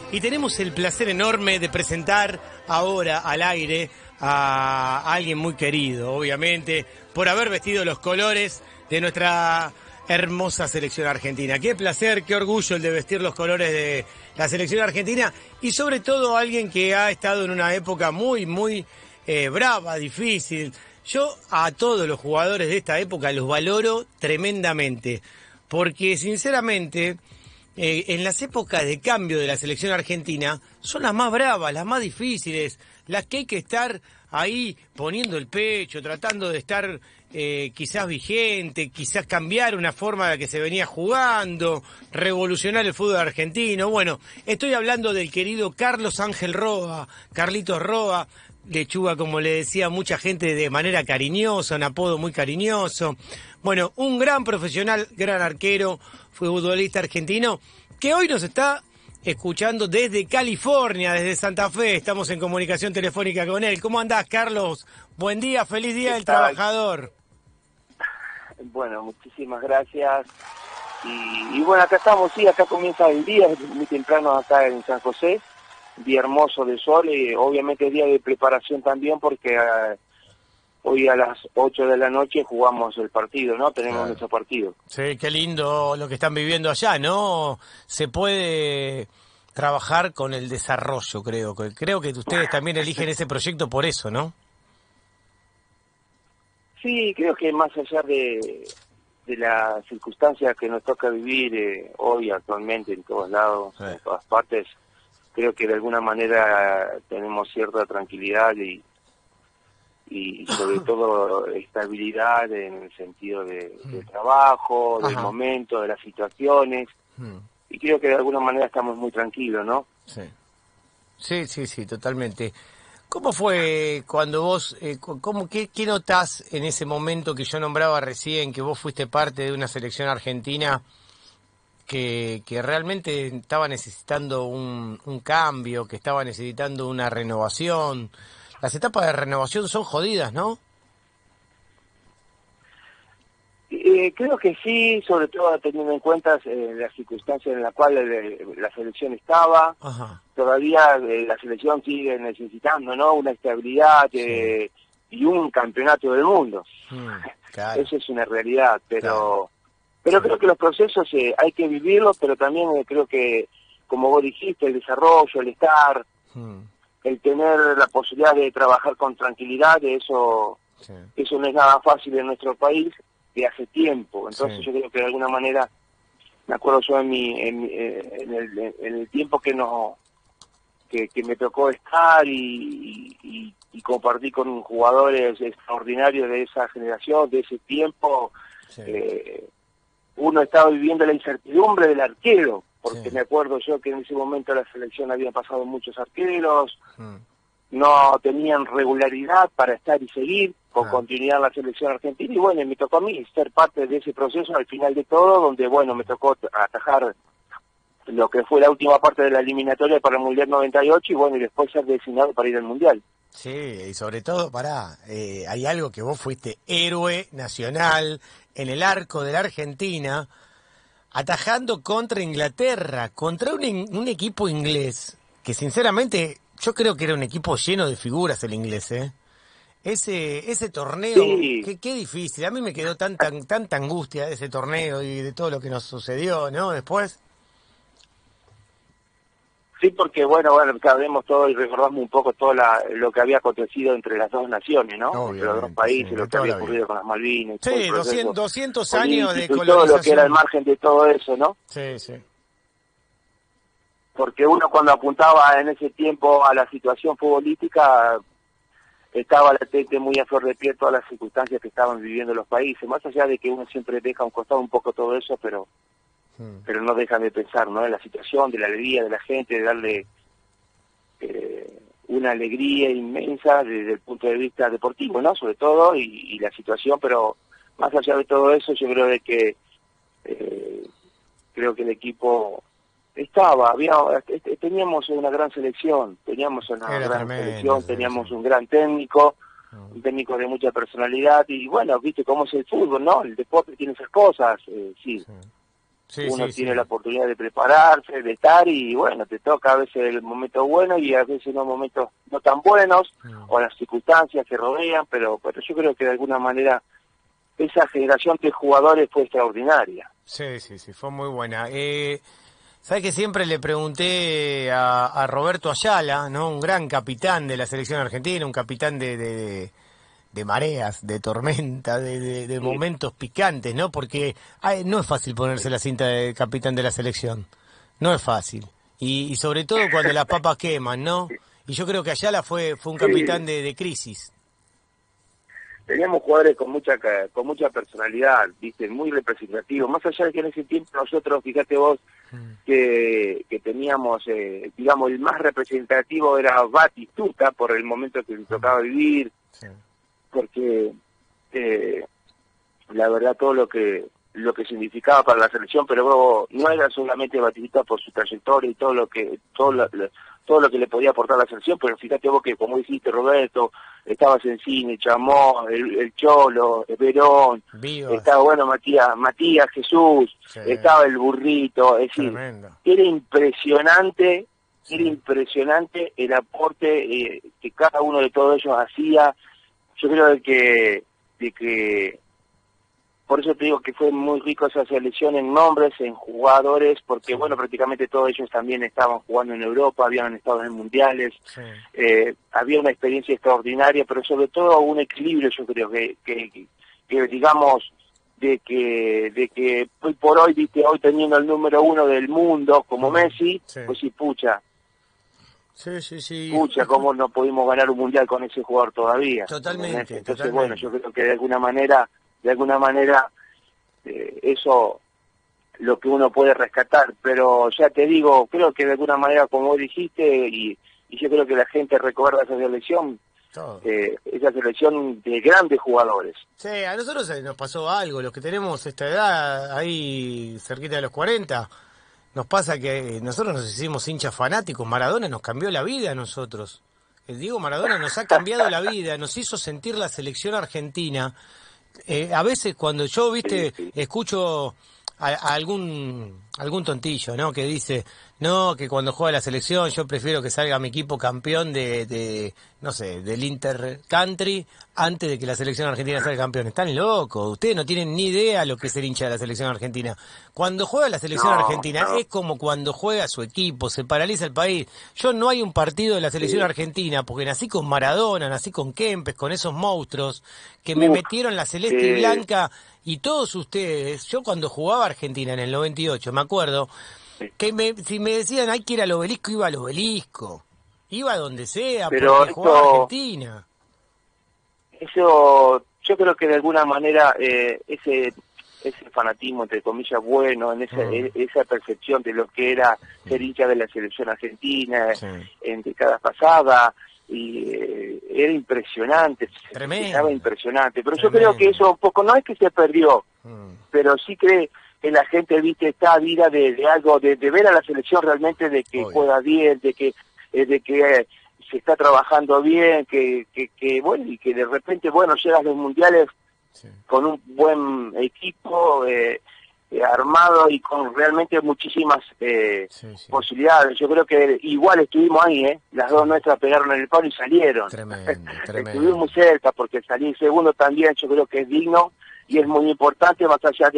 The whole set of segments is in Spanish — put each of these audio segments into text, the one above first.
Y tenemos el placer enorme de presentar ahora al aire a alguien muy querido, obviamente, por haber vestido los colores de nuestra hermosa selección argentina. Qué placer, qué orgullo el de vestir los colores de la selección argentina y sobre todo alguien que ha estado en una época muy brava, difícil. Yo a todos los jugadores de esta época los valoro tremendamente, porque sinceramente en las épocas de cambio de la selección argentina son las más bravas, las más difíciles, las que hay que estar ahí poniendo el pecho, tratando de estar quizás vigente, quizás cambiar una forma de la que se venía jugando, revolucionar el fútbol argentino. Bueno, estoy hablando del querido Carlos Ángel Roa, Carlitos Roa, Lechuga, como le decía mucha gente de manera cariñosa, un apodo muy cariñoso. Bueno, un gran profesional, gran arquero, futbolista argentino, que hoy nos está escuchando desde California, desde Santa Fe. Estamos en comunicación telefónica con él. ¿Cómo andás, Carlos? Buen día, feliz Día del Trabajador. Bueno, muchísimas gracias. Y bueno, acá estamos, sí, acá comienza el día, es muy temprano acá en San José. Día hermoso de sol y obviamente día de preparación también porque hoy a las 8 de la noche jugamos el partido, ¿no? Tenemos nuestro partido. Sí, qué lindo lo que están viviendo allá, ¿no? Se puede trabajar con el desarrollo, creo. Creo que ustedes también eligen ese proyecto por eso, ¿no? Sí, creo que más allá de las circunstancias que nos toca vivir hoy actualmente en todos lados, sí, en todas partes, creo que de alguna manera tenemos cierta tranquilidad y sobre todo estabilidad en el sentido del trabajo, del momento, de las situaciones, y creo que de alguna manera estamos muy tranquilos, ¿no? Sí, totalmente. ¿Cómo fue cuando vos, qué notás en ese momento que yo nombraba recién, que vos fuiste parte de una selección argentina que realmente estaba necesitando un cambio, que estaba necesitando una renovación? Las etapas de renovación son jodidas, ¿no? Creo que sí, sobre todo teniendo en cuenta las circunstancias en las cuales la selección estaba. Ajá. Todavía la selección sigue necesitando, ¿no? Una estabilidad y un campeonato del mundo. Claro. Eso es una realidad, pero creo que los procesos hay que vivirlos, pero también creo que, como vos dijiste, el desarrollo, el estar, el tener la posibilidad de trabajar con tranquilidad, eso no es nada fácil en nuestro país de hace tiempo. Entonces yo creo que de alguna manera, me acuerdo yo en el tiempo que me tocó estar y compartir con jugadores extraordinarios de esa generación, de ese tiempo, uno estaba viviendo la incertidumbre del arquero, porque me acuerdo yo que en ese momento la selección habían pasado muchos arqueros, no tenían regularidad para estar y seguir con continuidad en la selección argentina, y bueno, me tocó a mí ser parte de ese proceso al final de todo, donde bueno, me tocó atajar lo que fue la última parte de la eliminatoria para el Mundial 98 y bueno, y después ser designado para ir al Mundial. Sí, y sobre todo, hay algo que vos fuiste héroe nacional en el arco de la Argentina, atajando contra Inglaterra, contra un equipo inglés, que sinceramente yo creo que era un equipo lleno de figuras el inglés, ¿eh? Ese torneo, qué difícil, a mí me quedó tanta angustia de ese torneo y de todo lo que nos sucedió, ¿no? Después. Sí, porque bueno, sabemos todo y recordamos un poco todo lo que había acontecido entre las dos naciones, ¿no? Obviamente, entre los dos países, lo que había ocurrido con las Malvinas. Sí, 200 años de colonización. Y todo lo que era el margen de todo eso, ¿no? Sí. Porque uno cuando apuntaba en ese tiempo a la situación futbolística, estaba latente muy a flor de piel todas las circunstancias que estaban viviendo los países, más allá de que uno siempre deja a un costado un poco todo eso, pero no dejan de pensar, ¿no? En la situación, de la alegría de la gente, de darle una alegría inmensa desde el punto de vista deportivo, ¿no? Sobre todo, y la situación, pero más allá de todo eso, yo creo de que el equipo teníamos una gran selección, teníamos un gran técnico, un técnico de mucha personalidad, y bueno, viste cómo es el fútbol, ¿no? El deporte tiene esas cosas, sí. uno tiene la oportunidad de prepararse, de estar, y bueno, te toca a veces el momento bueno y a veces unos momentos no tan buenos, o las circunstancias que rodean, pero yo creo que de alguna manera esa generación de jugadores fue extraordinaria. Sí, fue muy buena. ¿Sabes que siempre le pregunté a Roberto Ayala, ¿no? Un gran capitán de la selección argentina, un capitán de mareas, de tormenta, de momentos picantes, ¿no? Porque no es fácil ponerse la cinta de capitán de la selección, no es fácil. Y sobre todo cuando las papas queman, ¿no? Y yo creo que Ayala fue un capitán de crisis. Teníamos jugadores con mucha personalidad, viste, muy representativos, más allá de que en ese tiempo nosotros, fíjate vos, que teníamos, digamos, el más representativo era Batistuta, por el momento que le tocaba vivir, porque la verdad todo lo que significaba para la selección, pero luego no era solamente Batistuta por su trayectoria y todo lo que le podía aportar a la selección, pero fíjate vos que, como dijiste, Roberto, estaba Sensini, Chamó, el Cholo, el Verón, estaba, bueno, Matías Jesús, estaba el Burrito, es decir, era impresionante el aporte que cada uno de todos ellos hacía. Yo creo de que por eso te digo que fue muy rico esa selección en nombres, en jugadores, porque bueno, prácticamente todos ellos también estaban jugando en Europa, habían estado en mundiales, había una experiencia extraordinaria, pero sobre todo un equilibrio, yo creo que digamos, de que hoy por hoy, viste, hoy teniendo el número 1 del mundo como Messi, pues sí, pucha. Pucha, cómo no pudimos ganar un mundial con ese jugador todavía. Entonces, bueno, yo creo que de alguna manera eso lo que uno puede rescatar, pero ya te digo, creo que de alguna manera, como vos dijiste, y yo creo que la gente recuerda esa selección de grandes jugadores. Sí, a nosotros nos pasó algo, los que tenemos esta edad, ahí cerquita de los 40, nos pasa que nosotros nos hicimos hinchas fanáticos. Maradona nos cambió la vida a nosotros. El Diego Maradona nos ha cambiado la vida, nos hizo sentir la selección argentina. A veces cuando yo, viste, escucho a algún tontillo, ¿no? Que dice, no, que cuando juega la selección yo prefiero que salga mi equipo campeón no sé, del Inter Country antes de que la selección argentina salga campeón. Están locos, ustedes no tienen ni idea lo que es ser hincha de la selección argentina. Cuando juega la selección argentina es como cuando juega su equipo, se paraliza el país. Yo no hay un partido de la selección argentina, porque nací con Maradona, nací con Kempes, con esos monstruos que me metieron la celeste y blanca. Y todos ustedes, yo cuando jugaba Argentina en el 98, me acuerdo, que si me decían hay que ir al Obelisco, iba al Obelisco. Iba a donde sea, pero porque jugaba Argentina. Eso, yo creo que de alguna manera ese fanatismo, entre comillas, bueno, en esa percepción de lo que era ser hincha de la selección argentina en décadas pasadas, y era impresionante, estaba impresionante, pero yo creo que eso un poco, no es que se perdió, pero sí que la gente, viste, está vida de algo, de ver a la selección realmente, de que juega bien, de que se está trabajando bien, que bueno, y que de repente, bueno, llegas a los mundiales con un buen equipo armado y con realmente muchísimas posibilidades. Yo creo que igual estuvimos ahí, las dos nuestras pegaron en el palo y salieron. Tremendo. Estuvimos muy cerca, porque salir segundo también yo creo que es digno y es muy importante, más allá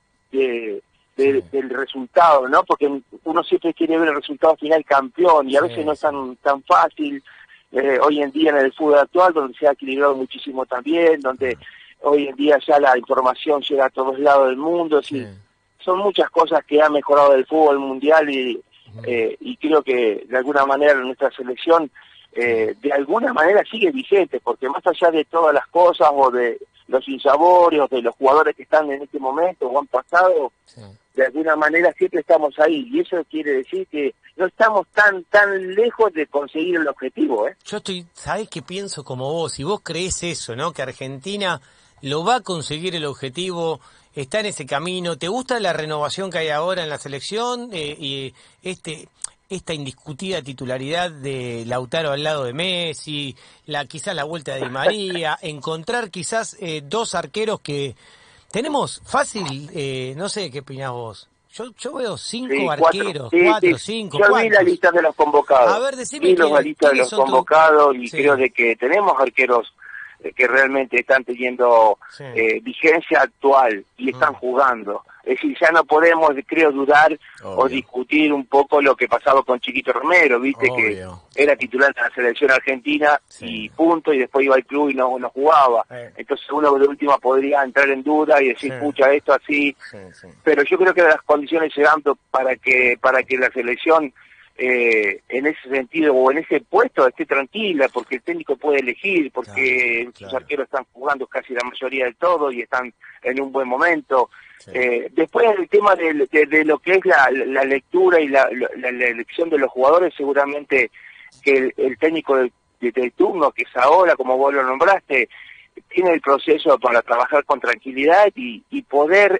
del resultado, ¿no? Porque uno siempre quiere ver el resultado final campeón y a veces no es tan fácil. Hoy en día en el fútbol actual, donde se ha equilibrado muchísimo también, donde hoy en día ya la información llega a todos lados del mundo, son muchas cosas que ha mejorado el fútbol mundial y creo que de alguna manera nuestra selección de alguna manera sigue vigente, porque más allá de todas las cosas o de los insaborios de los jugadores que están en este momento o han pasado, de alguna manera siempre estamos ahí, y eso quiere decir que no estamos tan lejos de conseguir el objetivo. Yo ¿sabés qué pienso como vos? Y vos creés eso, ¿no? Que Argentina lo va a conseguir el objetivo, está en ese camino. ¿Te gusta la renovación que hay ahora en la selección? Y esta indiscutida titularidad de Lautaro al lado de Messi, quizás la vuelta de Di María, encontrar quizás dos arqueros que tenemos fácil, no sé qué opinás vos. Yo veo 5 arqueros, 4, 5. Yo vi la lista de los convocados. A ver, decime. Vi la lista de los convocados y creo de que tenemos arqueros que realmente están teniendo vigencia actual y están jugando. Es decir, ya no podemos, creo, dudar o discutir un poco lo que pasaba con Chiquito Romero, viste, que era titular de la selección argentina y punto, y después iba al club y no jugaba. Entonces uno de última podría entrar en duda y decir, pucha, esto así. Pero yo creo que las condiciones se dan para que la selección en ese sentido o en ese puesto esté tranquila, porque el técnico puede elegir, porque sus arqueros están jugando casi la mayoría de todo y están en un buen momento. Después el tema de lo que es la lectura y la elección de los jugadores, seguramente que el técnico de turno, que es ahora, como vos lo nombraste, tiene el proceso para trabajar con tranquilidad y poder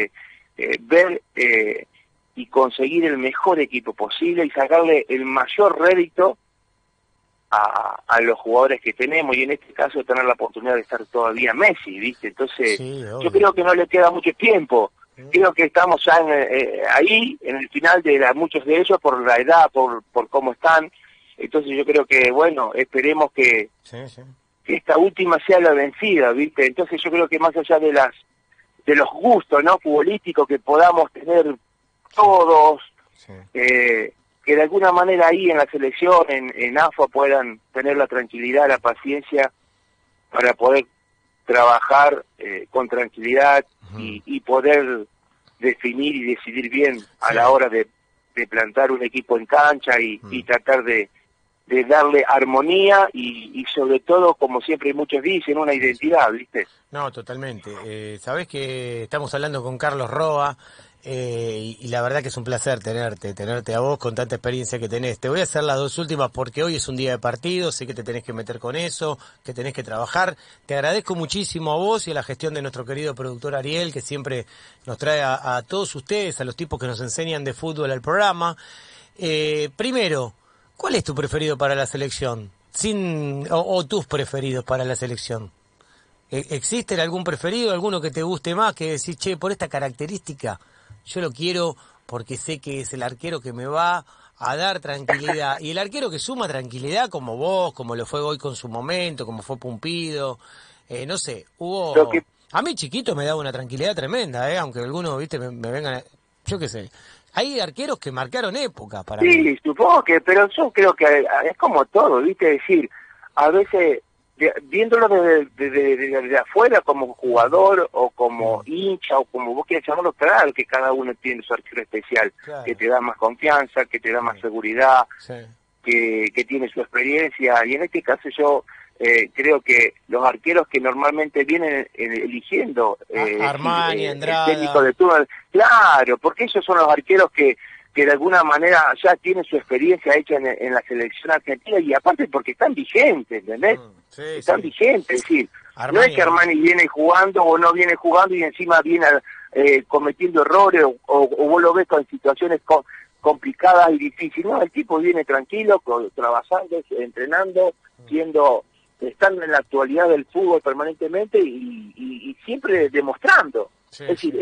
ver y conseguir el mejor equipo posible y sacarle el mayor rédito a los jugadores que tenemos, y en este caso tener la oportunidad de estar todavía Messi, ¿viste? Entonces, yo creo que no le queda mucho tiempo. Creo que estamos ya ahí, en el final de muchos de ellos, por la edad, por cómo están. Entonces yo creo que, bueno, esperemos que esta última sea la vencida, ¿viste? Entonces yo creo que más allá de los gustos, ¿no?, futbolísticos que podamos tener todos, que de alguna manera ahí en la selección, en AFA, puedan tener la tranquilidad, la paciencia para poder trabajar con tranquilidad y poder definir y decidir bien a la hora de plantar un equipo en cancha y tratar de darle armonía y sobre todo, como siempre muchos dicen, una identidad, ¿viste? No, totalmente. Sabés que estamos hablando con Carlos Roa, y la verdad que es un placer tenerte a vos con tanta experiencia que tenés. Te voy a hacer las dos últimas porque hoy es un día de partido, sé que te tenés que meter con eso, que tenés que trabajar. Te agradezco muchísimo a vos y a la gestión de nuestro querido productor Ariel, que siempre nos trae a todos ustedes, a los tipos que nos enseñan de fútbol al programa. Primero, ¿cuál es tu preferido para la selección? O tus preferidos para la selección. ¿Existe algún preferido, alguno que te guste más, que decís, che, por esta característica yo lo quiero porque sé que es el arquero que me va a dar tranquilidad? Y el arquero que suma tranquilidad, como vos, como lo fue hoy con su momento, como fue Pumpido, no sé, a mí Chiquito me daba una tranquilidad tremenda, aunque algunos, viste, me vengan, yo qué sé. Hay arqueros que marcaron época para mí. Sí, supongo que, pero yo creo que es como todo, viste, es decir, a veces viéndolo desde afuera como jugador o como hincha o como vos quieras llamarlo, claro que cada uno tiene su arquero especial, que te da más confianza, que te da más seguridad, que tiene su experiencia, y en este caso yo creo que los arqueros que normalmente vienen eligiendo Armani, Andrada, el técnico de turno, claro, porque ellos son los arqueros que de alguna manera ya tienen su experiencia hecha en la selección argentina, y aparte porque están vigentes, ¿entendés? Están vigentes, es decir, Armani, no es que Armani viene jugando o no viene jugando y encima viene cometiendo errores o vos lo ves con situaciones complicadas y difíciles. No, el tipo viene tranquilo, trabajando, entrenando, estando en la actualidad del fútbol permanentemente y siempre demostrando. Es decir,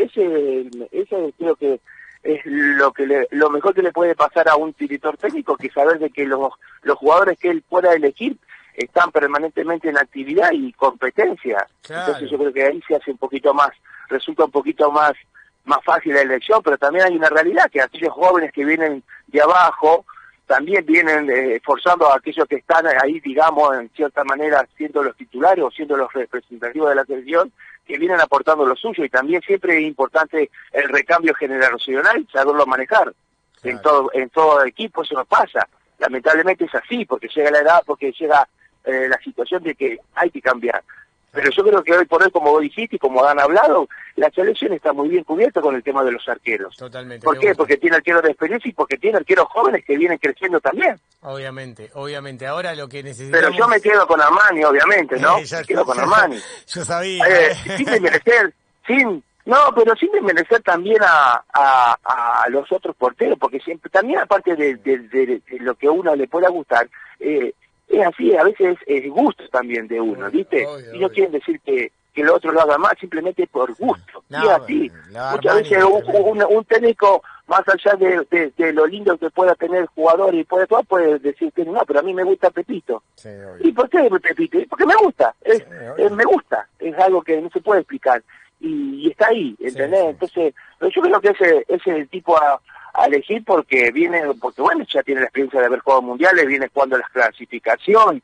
ese creo que es lo mejor que le puede pasar a un director técnico, que saber de que los jugadores que él pueda elegir están permanentemente en actividad y competencia. Entonces yo creo que ahí se hace resulta un poquito más fácil la elección, pero también hay una realidad, que aquellos jóvenes que vienen de abajo también vienen forzando a aquellos que están ahí, digamos, en cierta manera siendo los titulares o siendo los representativos de la selección, que vienen aportando lo suyo, y también siempre es importante el recambio generacional, saberlo manejar. En todo equipo eso no pasa, lamentablemente es así, porque llega la edad, porque llega la situación de que hay que cambiar. Pero yo creo que hoy por hoy, como vos dijiste y como han hablado, la selección está muy bien cubierta con el tema de los arqueros. Totalmente. ¿Por qué? Porque tiene arqueros de experiencia y porque tiene arqueros jóvenes que vienen creciendo también. Obviamente. Ahora lo que necesitamos... Pero yo me quedo con Armani, obviamente, ¿no? Me quedo con Armani. Yo sabía. Sin desmerecer, sin desmerecer también a los otros porteros, porque siempre, también aparte de lo que a uno le pueda gustar, es así, a veces es gusto también de uno, ¿viste? Y no quieren decir que que el otro lo haga más, simplemente por gusto. No, y así, muchas veces un técnico, más allá de lo lindo que pueda tener el jugador y puede decir que no, pero a mí me gusta Pepito. Sí, ¿Y por qué Pepito? Porque me gusta, me gusta, es algo que no se puede explicar. Y está ahí, ¿entendés? Sí. Entonces, yo creo que ese es el tipo a elegir porque bueno, ya tiene la experiencia de haber jugado mundiales, viene jugando las clasificación,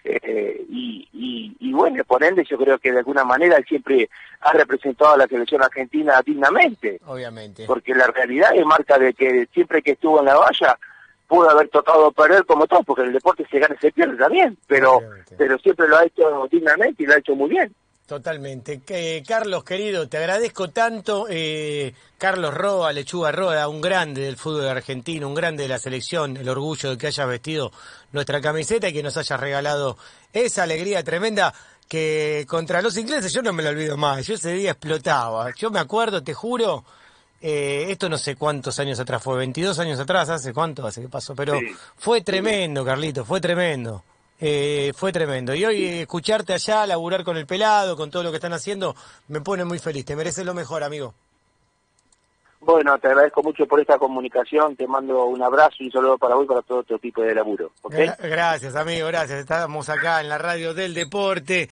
y bueno, por ende yo creo que de alguna manera él siempre ha representado a la selección argentina dignamente. Obviamente. Porque la realidad es marca de que siempre que estuvo en la valla pudo haber tocado perder como todo, porque en el deporte se gana y se pierde también, pero siempre lo ha hecho dignamente y lo ha hecho muy bien. Totalmente. Carlos, querido, te agradezco tanto. Carlos Roa, Lechuga Roa, un grande del fútbol argentino, un grande de la selección, el orgullo de que hayas vestido nuestra camiseta y que nos hayas regalado esa alegría tremenda que contra los ingleses yo no me lo olvido más. Yo ese día explotaba. Yo me acuerdo, te juro, esto no sé cuántos años atrás fue, 22 años atrás, ¿hace cuánto? ¿Hace qué pasó? Pero sí. Fue tremendo, Carlito, fue tremendo. Fue tremendo. Y hoy escucharte allá, laburar con el pelado, con todo lo que están haciendo, me pone muy feliz. Te mereces lo mejor, amigo. Bueno, te agradezco mucho por esta comunicación. Te mando un abrazo y un saludo para vos y para todo tu equipo de laburo. ¿Okay? Gracias, amigo, gracias. Estamos acá en la radio del deporte.